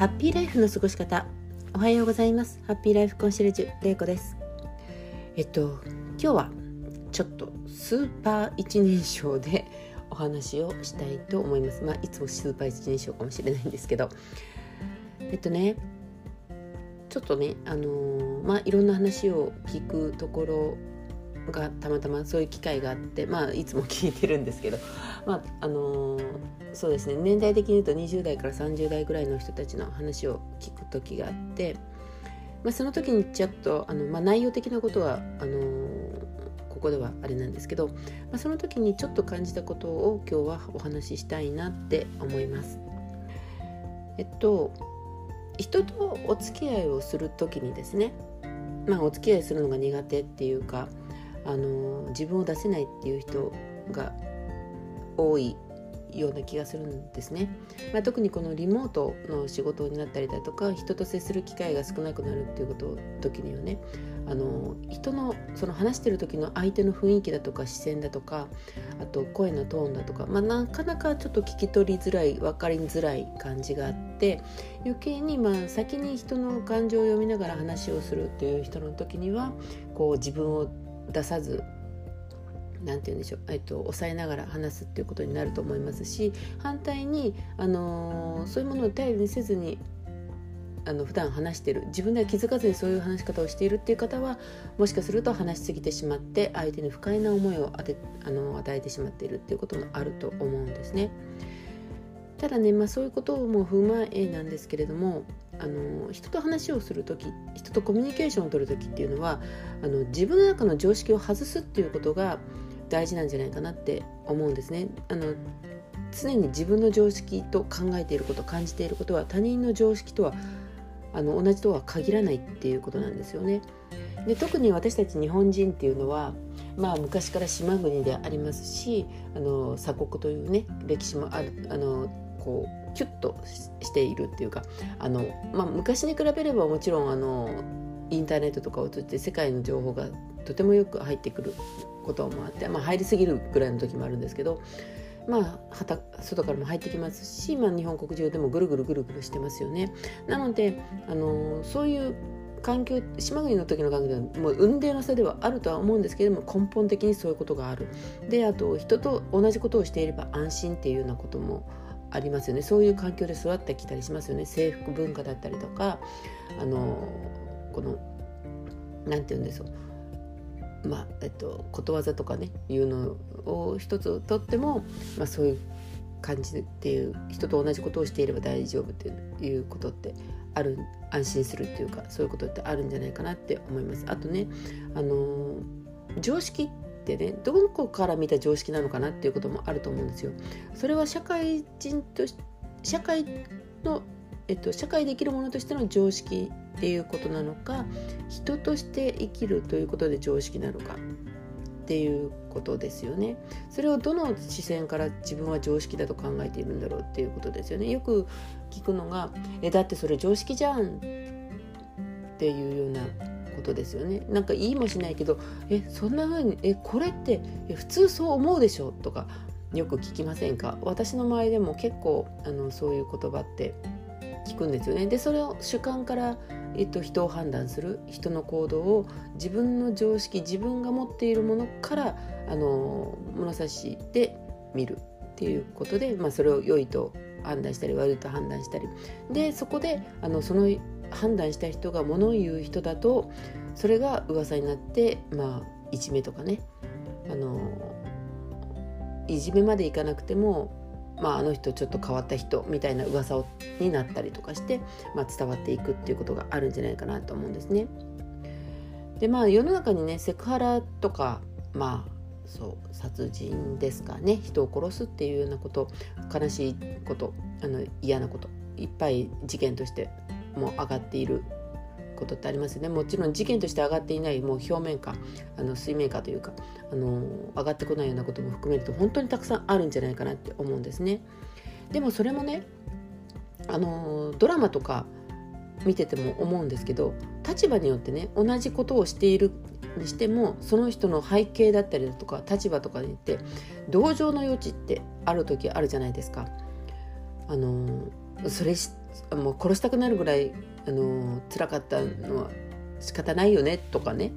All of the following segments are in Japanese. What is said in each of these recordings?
ハッピーライフの過ごし方。おはようございます。ハッピーライフコンシェルジュれいこです。今日はちょっとスーパー一人称でお話をしたいと思います。いつもスーパー一人称かもしれないんですけど、ちょっとね、いろんな話を聞くところがたまたまそういう機会があって、いつも聞いてるんですけど、そうですね、年代的に言うと20代から30代ぐらいの人たちの話を聞く時があって、その時にちょっと内容的なことはここではあれなんですけど、その時にちょっと感じたことを今日はお話ししたいなって思います。人とお付き合いをする時にですね、お付き合いするのが苦手っていうか、自分を出せないっていう人が多いような気がするんですね。特にこのリモートの仕事になったりだとか、人と接する機会が少なくなるっていう時にはね、人のその話してる時の相手の雰囲気だとか視線だとか、あと声のトーンだとか、なかなかちょっと聞き取りづらい、分かりづらい感じがあって、余計に先に人の感情を読みながら話をするっていう人の時には自分を出さず、抑えながら話すっていうことになると思いますし、反対に、そういうものを頼りにせずに普段話している、自分では気づかずにそういう話し方をしているっていう方は、もしかすると話しすぎてしまって相手に不快な思いを与えてしまっているっていうこともあると思うんですね。ただね、そういうことも踏まえなんですけれども、人と話をするとき、人とコミュニケーションを取るときっていうのは、自分の中の常識を外すっていうことが大事なんじゃないかなって思うんですね。常に自分の常識と考えていること、感じていることは他人の常識とは同じとは限らないっていうことなんですよね。で、特に私たち日本人っていうのは、昔から島国でありますし、鎖国というね歴史もある、キュッとしているっていうか、昔に比べればもちろんインターネットとかを通じて世界の情報がとてもよく入ってくることもあって、入りすぎるぐらいの時もあるんですけど、外からも入ってきますし、日本国中でもぐるぐるしてますよね。なのでそういう環境、島国の時の環境ではもう雲泥の差ではあるとは思うんですけれども、根本的にそういうことがある。で、あと人と同じことをしていれば安心っていうようなこともありますよね。そういう環境で育ってきたりしますよね。制服文化だったりとか、このなんていうんでしょう、ことわざとかねいうのを一つとっても、そういう感じっていう、人と同じことをしていれば大丈夫っていうことってある、安心するっていうか、そういうことってあるんじゃないかなって思います。あとね、常識ってね、どこから見た常識なのかなっていうこともあると思うんですよ。それは社会で生きるものとしての常識っていうことなのか、人として生きるということで常識なのかっていうことですよね。それをどの視線から自分は常識だと考えているんだろうっていうことですよね。よく聞くのが、だってそれ常識じゃんっていうようなことですよね。なんか言いもしないけど、そんな風にこれって普通そう思うでしょとかよく聞きませんか？私の周りでも結構そういう言葉って聞くんですよね。で、それを主観から、人を判断する、人の行動を自分の常識、自分が持っているものから物差しで見るっていうことで、それを良いと判断したり悪いと判断したりで、そこでその判断した人が物を言う人だと、それが噂になって、いじめとかね、いじめまでいかなくても、あの人ちょっと変わった人みたいな噂になったりとかして、伝わっていくっていうことがあるんじゃないかなと思うんですね。で、世の中にね、セクハラとか、殺人ですかね、人を殺すっていうようなこと、悲しいこと、嫌なこといっぱい事件としても上がっていることってありますよね。もちろん事件として上がっていない、もう表面下、水面下というか、上がってこないようなことも含めると本当にたくさんあるんじゃないかなって思うんですね。でもそれもね、ドラマとか見てても思うんですけど、立場によってね、同じことをしているにしても、その人の背景だったりだとか立場とかによって同情の余地ってある時あるじゃないですか。 それもう殺したくなるぐらい辛かったのは仕方ないよねとかね、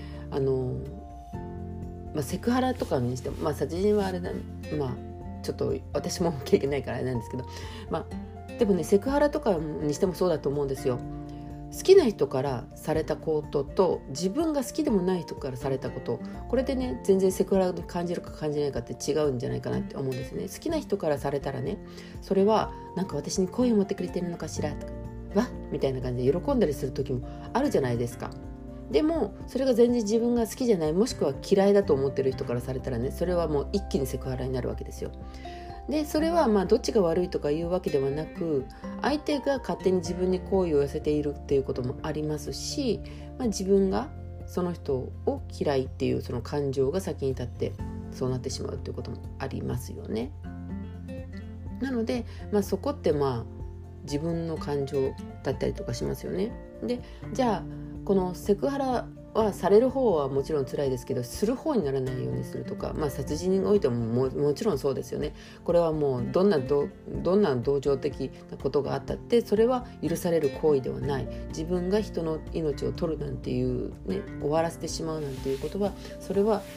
セクハラとかにしても、殺人はあれだ、ちょっと私も経験ないからあれなんですけど、でもねセクハラとかにしてもそうだと思うんですよ。好きな人からされたことと自分が好きでもない人からされたこと、これでね全然セクハラに感じるか感じないかって違うんじゃないかなって思うんですね。好きな人からされたらね、それはなんか私に好意を持ってくれてるのかしらとかわみたいな感じで喜んだりする時もあるじゃないですか。でもそれが全然自分が好きじゃない、もしくは嫌いだと思ってる人からされたらね、それはもう一気にセクハラになるわけですよ。でそれはどっちが悪いとかいうわけではなく、相手が勝手に自分に好意を寄せているっていうこともありますし、自分がその人を嫌いっていうその感情が先に立ってそうなってしまうっていうこともありますよね。なので、そこって自分の感情だったりとかしますよね。でじゃあこのセクハラはされる方はもちろん辛いですけど、する方にならないようにするとか、殺人においても もちろんそうですよね。これはもうどんな同情的なことがあったってそれは許される行為ではない。自分が人の命を取るなんていうね、終わらせてしまうなんていうことは、それは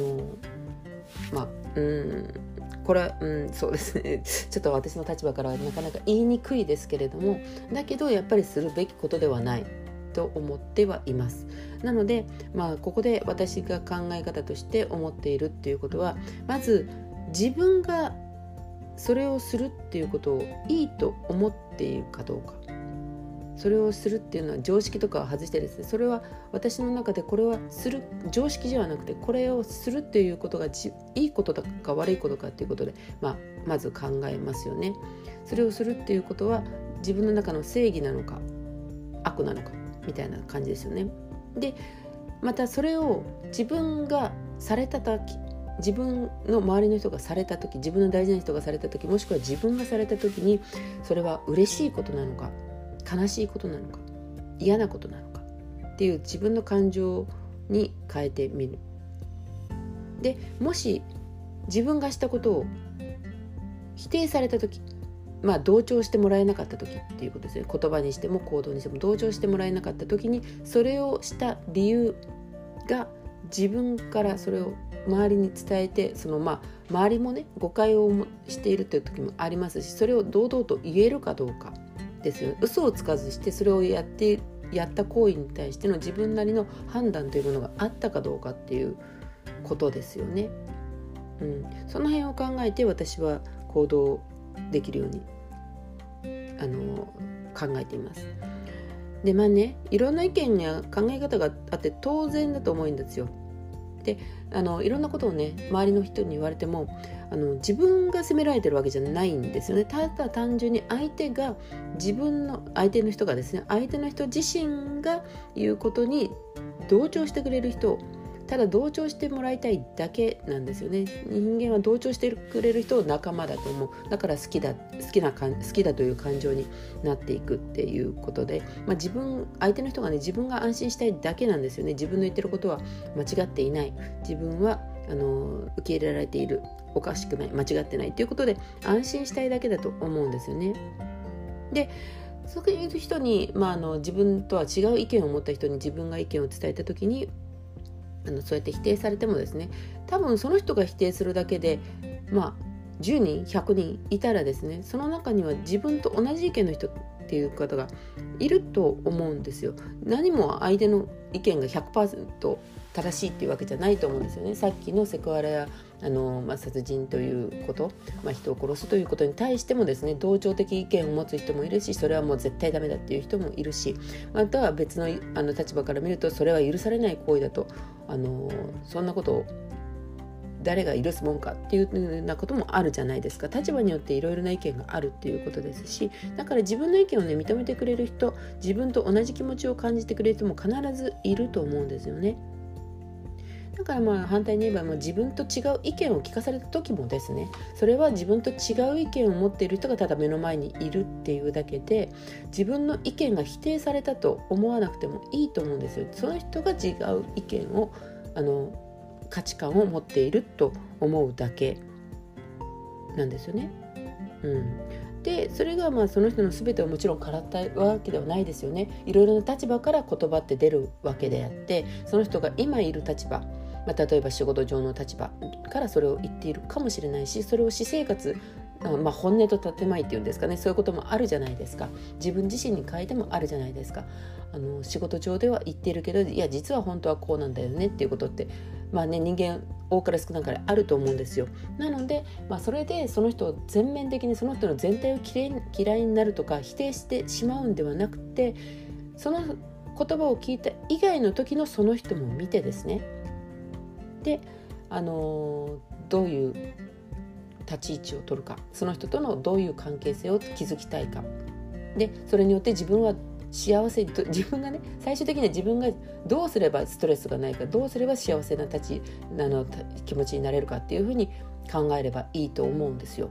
これは、そうですねちょっと私の立場からはなかなか言いにくいですけれども、だけどやっぱりするべきことではないと思ってはいます。なので、ここで私が考え方として思っているっていうことは、まず自分がそれをするっていうことをいいと思っているかどうか、それをするっていうのは常識とかを外してですね、それは私の中でこれはする常識ではなくて、これをするっていうことがいいことだか悪いことかっていうことで、まず考えますよね。それをするっていうことは自分の中の正義なのか悪なのかみたいな感じですよね。でまたそれを自分がされた時、自分の周りの人がされた時、自分の大事な人がされた時、もしくは自分がされた時に、それは嬉しいことなのか悲しいことなのか嫌なことなのかっていう自分の感情に変えてみる。でもし自分がしたことを否定された時、同調してもらえなかった時っていうことですね。言葉にしても行動にしても同調してもらえなかった時に、それをした理由が自分からそれを周りに伝えて、その周りもね誤解をしているという時もありますし、それを堂々と言えるかどうかですよ。嘘をつかずしてそれをやった行為に対しての自分なりの判断というものがあったかどうかっていうことですよね。その辺を考えて私は行動できるように考えています。でいろんな意見や考え方があって当然だと思うんですよ。でいろんなことをね周りの人に言われても自分が責められてるわけじゃないんですよね。ただ単純に相手の人がですね、相手の人自身が言うことに同調してくれる人、ただ同調してもらいたいだけなんですよね。人間は同調してくれる人を仲間だと思う。だから好きだという感情になっていくっていうことで、相手の人がね自分が安心したいだけなんですよね。自分の言ってることは間違っていない、自分は受け入れられている、おかしくない、間違ってないということで安心したいだけだと思うんですよね。でそういう人に、自分とは違う意見を持った人に自分が意見を伝えた時にそうやって否定されてもですね、多分その人が否定するだけで10人100人いたらですね、その中には自分と同じ意見の人っていう方がいると思うんですよ。何も相手の意見が 100% 正しいっていうわけじゃないと思うんですよね。さっきのセクハラや殺人ということ、人を殺すということに対してもですね、同調的意見を持つ人もいるし、それはもう絶対ダメだっていう人もいるし、または別の立場から見るとそれは許されない行為だと、そんなことを誰が許すもんかっていうようなこともあるじゃないですか。立場によっていろいろな意見があるっていうことですし、だから自分の意見をね認めてくれる人、自分と同じ気持ちを感じてくれる人も必ずいると思うんですよね。だから反対に言えば自分と違う意見を聞かされた時もですね、それは自分と違う意見を持っている人がただ目の前にいるっていうだけで、自分の意見が否定されたと思わなくてもいいと思うんですよ。その人が違う意見を価値観を持っていると思うだけなんですよね。ででそれがその人の全てをもちろんからったわけではないですよね。いろいろな立場から言葉って出るわけであって、その人が今いる立場、例えば仕事上の立場からそれを言っているかもしれないし、それを私生活、本音と建前っていうんですかね、そういうこともあるじゃないですか。自分自身に変えてもあるじゃないですか。仕事上では言っているけど、いや実は本当はこうなんだよねっていうことって人間多かれ少なかれあると思うんですよ。なので、それでその人を全面的にその人の全体を嫌いになるとか否定してしまうんではなくて、その言葉を聞いた以外の時のその人も見てですね、で、どういう立ち位置を取るか、その人とのどういう関係性を築きたいかで、それによって自分は幸せと、自分がね、最終的には自分がどうすればストレスがないか、どうすれば幸せな気持ちになれるかっていうふうに考えればいいと思うんですよ。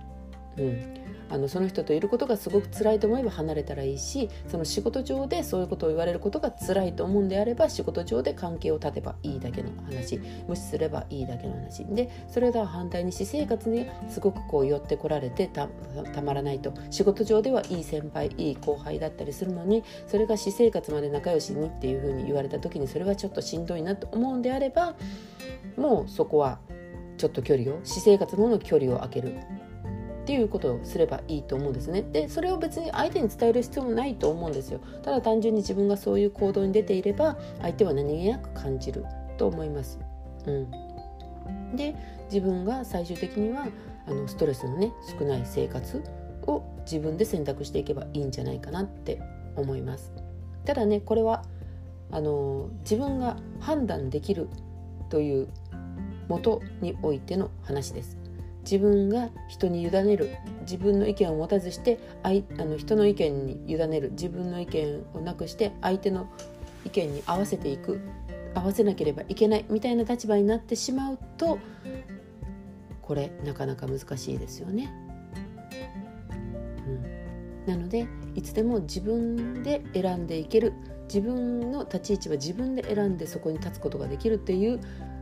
その人といることがすごく辛いと思えば離れたらいいし、その仕事上でそういうことを言われることが辛いと思うんであれば、仕事上で関係を断てばいいだけの話、無視すればいいだけの話で、それとは反対に私生活にすごく寄ってこられて たまらないと、仕事上ではいい先輩いい後輩だったりするのに、それが私生活まで仲良しにっていうふうに言われた時に、それはちょっとしんどいなと思うんであれば、もうそこはちょっと私生活の距離を空けるっていうことをすればいいと思うんですね。で、それを別に相手に伝える必要もないと思うんですよ。ただ単純に自分がそういう行動に出ていれば、相手は何気なく感じると思います。で、自分が最終的にはストレスの少ない生活を自分で選択していけばいいんじゃないかなって思います。ただね、これは自分が判断できるという元においての話です。自分が人に委ねる、自分の意見を持たずして人の意見に委ねる、自分の意見をなくして相手の意見に合わせていく、合わせなければいけないみたいな立場になってしまうと、これなかなか難しいですよね。なので、いつでも自分で選んでいける、自分の立ち位置は自分で選んでそこに立つことができるっていう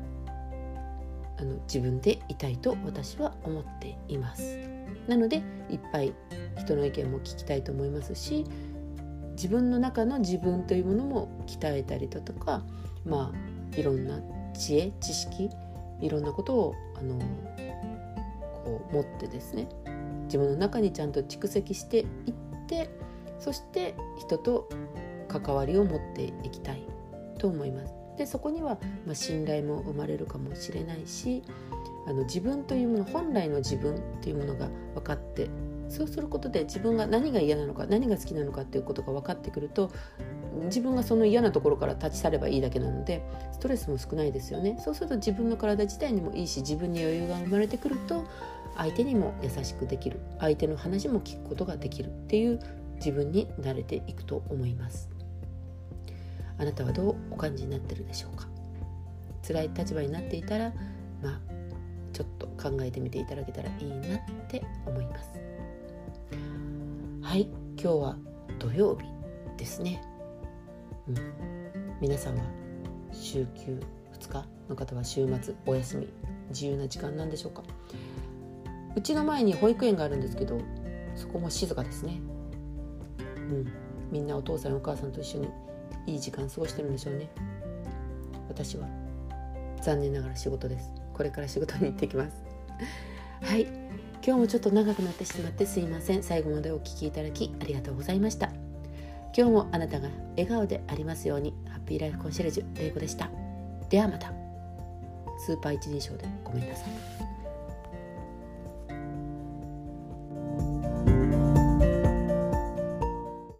自分でいたいと私は思っています。なのでいっぱい人の意見も聞きたいと思いますし、自分の中の自分というものも鍛えたりだとか、いろんな知恵知識、いろんなことを持ってですね、自分の中にちゃんと蓄積していって、そして人と関わりを持っていきたいと思います。で、そこには信頼も生まれるかもしれないし、自分というもの、本来の自分というものが分かって、そうすることで自分が何が嫌なのか何が好きなのかっていうことが分かってくると、自分がその嫌なところから立ち去ればいいだけなので、ストレスも少ないですよね。そうすると自分の体自体にもいいし、自分に余裕が生まれてくると相手にも優しくできる、相手の話も聞くことができるっていう自分に慣れていくと思います。あなたはどうお感じになっているでしょうか。辛い立場になっていたら、ちょっと考えてみていただけたらいいなって思います。はい、今日は土曜日ですね。皆さんは週休2日の方は週末お休み、自由な時間なんでしょうか。うちの前に保育園があるんですけど、そこも静かですね。みんなお父さんお母さんと一緒にいい時間過ごしてるんでしょうね。私は残念ながら仕事です。これから仕事に行ってきます。はい、今日もちょっと長くなってしまってすいません。最後までお聞きいただきありがとうございました。今日もあなたが笑顔でありますように。ハッピーライフコンシェルジュれいこでした。ではまた。スーパー一人称でごめんなさい。